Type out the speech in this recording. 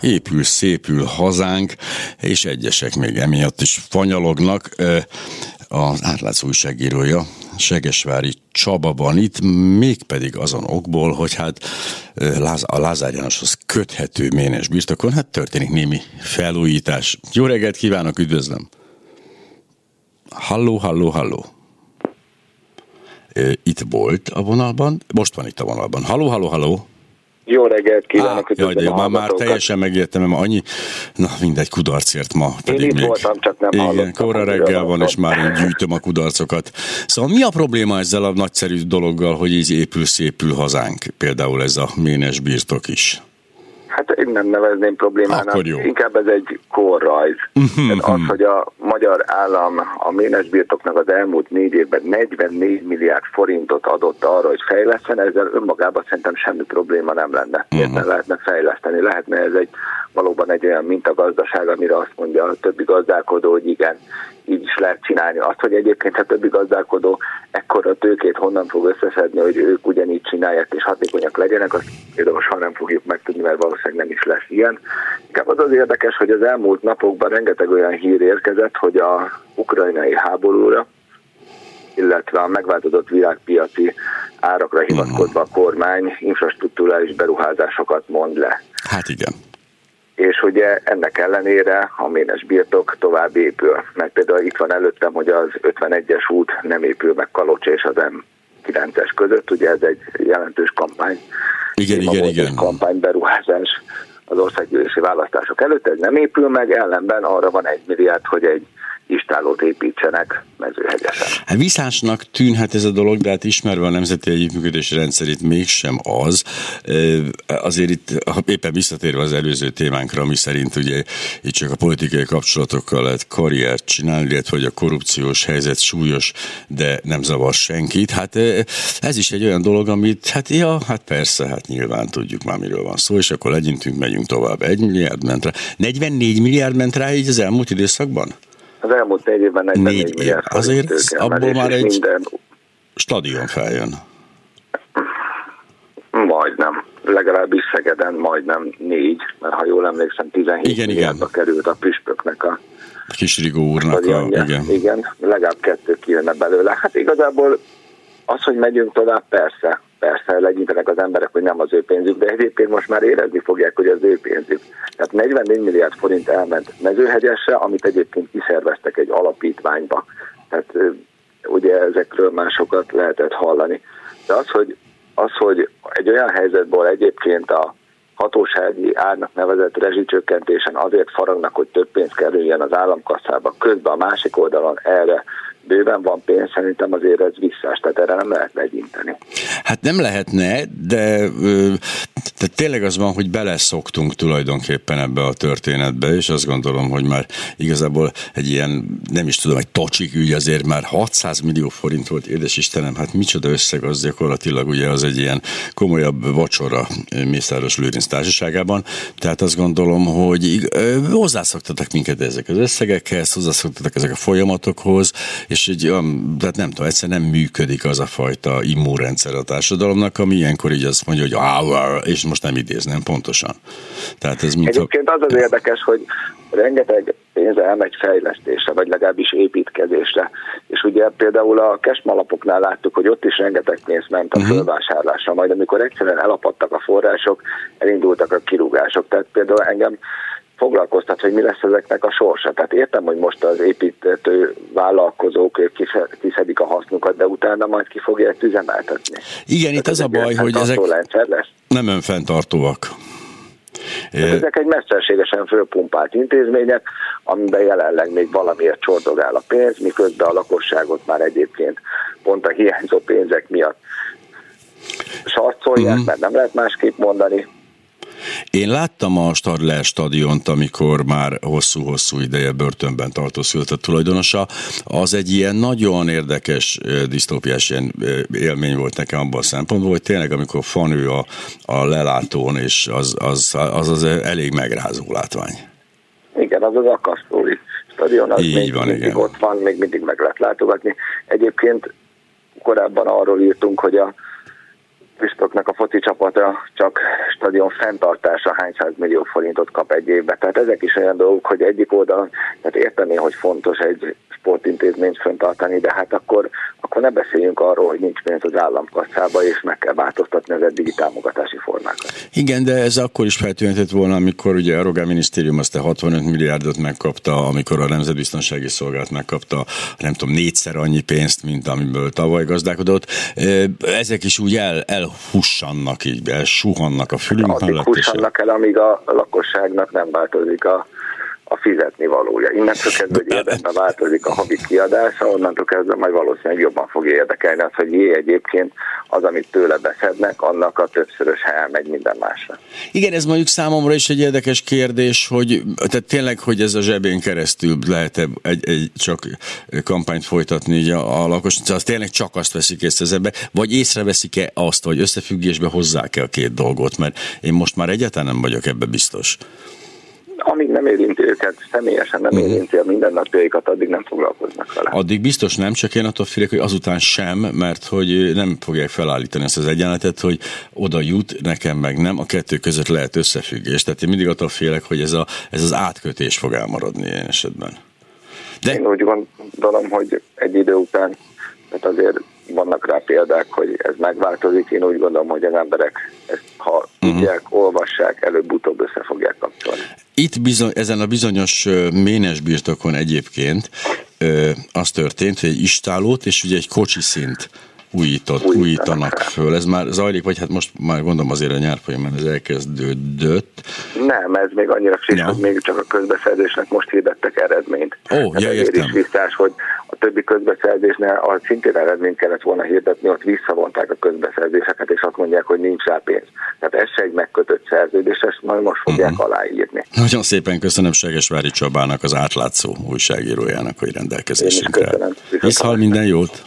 épül, szépül hazánk, és egyesek még emiatt is fanyalognak. Az Átlátszó újságírója, Segesvári Csaba van itt, mégpedig azon okból, hogy hát a Lázár Jánoshoz köthető ménes birtokon, hát történik némi felújítás. Jó reggelt kívánok, üdvözlöm! Halló, halló, halló! Itt volt a vonalban, most van itt a vonalban. Halló, halló, halló! Jó reggelt kívánok! Jaj, de már teljesen megértem, mert annyi, na mindegy, kudarcért ma. Én itt még voltam, csak nem hallottam. Igen, korra reggel van, és már én gyűjtöm a kudarcokat. Szóval mi a probléma ezzel a nagyszerű dologgal, hogy így épül-szépül hazánk? Például ez a ménes birtok is. Hát én nem nevezném problémának, inkább ez egy korrajz. Az, hogy a magyar állam a ménes birtoknak az elmúlt 4 évben 44 milliárd forintot adott arra, hogy fejleszten, ezzel önmagában szerintem semmi probléma nem lenne. Érten lehetne fejleszteni, lehetne ez valóban egy olyan mintagazdaság, amire azt mondja a többi gazdálkodó, hogy igen, így is lehet csinálni. Azt, hogy egyébként a többi gazdálkodó ekkora tőkét honnan fog összeszedni, hogy ők ugyanígy csinálják és hatékonyak legyenek, azt például soha nem fogjuk megtudni, mert valószínűleg nem is lesz ilyen. Inkább az érdekes, hogy az elmúlt napokban rengeteg olyan hír érkezett, hogy a ukrajnai háborúra, illetve a megváltozott világpiaci árakra hivatkozva a kormány infrastrukturális beruházásokat mond le. Hát igen. És ugye ennek ellenére a ménes birtok tovább épül. Mert például itt van előttem, hogy az 51-es út nem épül meg Kalocsa és az M9-es között. Ugye ez egy jelentős kampány. Igen. Kampányberuházás az országgyűlési választások előtt. Ez nem épül meg, ellenben arra van 1 milliárd, hogy egy istállót építsenek Mezőhegyesen. Hát visszásnak tűnhet ez a dolog, de hát ismerve a nemzeti együttműködési rendszerét mégsem az. Azért itt éppen visszatérve az előző témánkra, ami szerint ugye itt csak a politikai kapcsolatokkal lehet karriert csinálni, illetve hogy a korrupciós helyzet súlyos, de nem zavar senkit. Hát ez is egy olyan dolog, amit hát persze, hát nyilván tudjuk már miről van szó, és akkor legyintünk, megyünk tovább. 1 milliárd ment rá. 44 milliárd ment rá így az elmúlt időszakban? Az elmúlt 4 évben 44 milliárd. Azért abból már egy stadion feljön. Majdnem. Legalábbis Szegeden majdnem 4, mert ha jól emlékszem 17 milliárdba került a püspöknek a Kisrigó úrnak igen, legalább 2 kijönne belőle. Hát igazából az, hogy megyünk tovább, persze legyintenek az emberek, hogy nem az ő pénzük, de egyébként most már érezni fogják, hogy az ő pénzük. Tehát 44 milliárd forint elment Mezőhegyesre, amit egyébként kiszerveztek egy alapítványba. Tehát ugye ezekről már sokat lehetett hallani. De az, hogy egy olyan helyzetből egyébként a hatósági árnak nevezett rezsicsökkentésen azért faragnak, hogy több pénz kerüljön az államkasszába, közben a másik oldalon erre bőven van pénz, szerintem azért ez visszás, tehát erre nem lehet legyinteni. Hát nem lehetne, de tényleg az van, hogy beleszoktunk tulajdonképpen ebbe a történetbe, és azt gondolom, hogy már igazából egy ilyen, nem is tudom, egy tocsik ügy azért már 600 millió forint volt, édes Istenem, hát micsoda összeg az gyakorlatilag, ugye az egy ilyen komolyabb vacsora Mészáros Lőrinc társaságában, tehát azt gondolom, hogy hozzászoktatok minket ezek az összegekhez, hozzászoktatok ezek a folyamatokhoz, és tehát nem tudom, egyszerűen nem működik az a fajta immunrendszer a társadalomnak, ami ilyenkor így azt mondja, hogy és most nem idéznem pontosan. Tehát ez egyébként az érdekes, hogy rengeteg pénze elmegy fejlesztésre, vagy legalábbis építkezésre. És ugye például a kesmalapoknál láttuk, hogy ott is rengeteg pénz ment a fölvásárlásra, majd amikor egyszerűen elapadtak a források, elindultak a kirúgások. Tehát például engem foglalkoztat, hogy mi lesz ezeknek a sorsa. Tehát értem, hogy most az építő vállalkozók kiszedik a hasznukat, de utána majd ki fogják üzemeltetni. Igen, itt az a baj, hogy ezek nem önfenntartóak. Ezek egy mesterségesen fölpumpált intézmények, amiben jelenleg még valamiért csordogál a pénz, miközben a lakosságot már egyébként pont a hiányzó pénzek miatt sarcolják, mert nem lehet másképp mondani. Én láttam a Stadler stadiont, amikor már hosszú-hosszú ideje börtönben tartózkodott a tulajdonosa. Az egy ilyen nagyon érdekes, disztópiás ilyen élmény volt nekem abban a szempontból, hogy tényleg amikor fanő a lelátón, és az elég megrázó látvány. Igen, az akasztói stadion, az még mindig ott van, még mindig meg lehet látogatni. Egyébként korábban arról írtunk, hogy Püspöknek a foci csapata csak stadion fenntartása hány 100 millió forintot kap egy évben. Tehát ezek is olyan dolgok, hogy egyik oldalon, tehát értené, hogy fontos egy sportintézményt fenntartani, de hát akkor ne beszéljünk arról, hogy nincs pénz az államkasszába, és meg kell változtatni az eddigi támogatási formákat. Igen, de ez akkor is feltűnhetett volna, amikor ugye a Rogán minisztérium azt a 65 milliárdot megkapta, amikor a Nemzetbiztonsági Szolgálat megkapta, nem tudom, 4-szer annyi pénzt, mint amiből tavaly gazdálkodott. Ezek is úgy elhussannak, így elsuhannak a fülünk mellett. Addig hussannak el, amíg a lakosságnak nem változik a fizetni valója. Innentől kezdve, hogy érdemben változik a havi kiadása, onnantól kezdve majd valószínűleg jobban fogja érdekelni az, hogy egyébként az, amit tőle beszednek, annak a többszörös elmegy minden másra. Igen, ez mondjuk számomra is egy érdekes kérdés, hogy tehát tényleg, hogy ez a zsebén keresztül lehet egy csak kampányt folytatni így a lakosság, az tényleg csak azt veszik észre az ebbe, vagy észreveszik-e azt, vagy összefüggésbe hozzák-e a két dolgot, mert én most már egyáltalán nem vagyok ebbe biztos. Amíg nem érinti őket, személyesen nem érinti a mindennapjaikat, addig nem foglalkoznak vele. Addig biztos nem, csak én attól félek, hogy azután sem, mert hogy nem fogják felállítani ezt az egyenletet, hogy oda jut, nekem meg nem, a kettő között lehet összefüggés. Tehát én mindig attól félek, hogy ez az átkötés fog elmaradni ilyen esetben. De... Én úgy gondolom, hogy egy idő után, tehát azért vannak rá példák, hogy ez megváltozik. Én úgy gondolom, hogy az emberek ezt, ha tudják, olvassák, előbb-utóbb össze fogják kapcsolni. Itt ezen a bizonyos Ménes birtokon egyébként az történt, hogy egy istálót és ugye egy kocsiszint újítanak föl. Ez már zajlik, vagy hát most már gondolom azért a nyár folyamán ez elkezdődött. Nem, ez még annyira friss, hogy még csak a közbeszerzésnek most hirdettek eredményt. Értem. Is visszás, hogy a többi közbeszerzésnél, ahol szintén eredményt kellett volna hirdetni, ott visszavonták a közbeszerzéseket, és azt mondják, hogy nincs rá pénz. Tehát ez se egy megkötött szerződés, ezt majd most fogják aláírni. Nagyon szépen köszönöm Segesvári Csabának, az Átlátszó újságírójának, hogy rendelkezésünkre. Köszönöm. Viszhal, minden jót!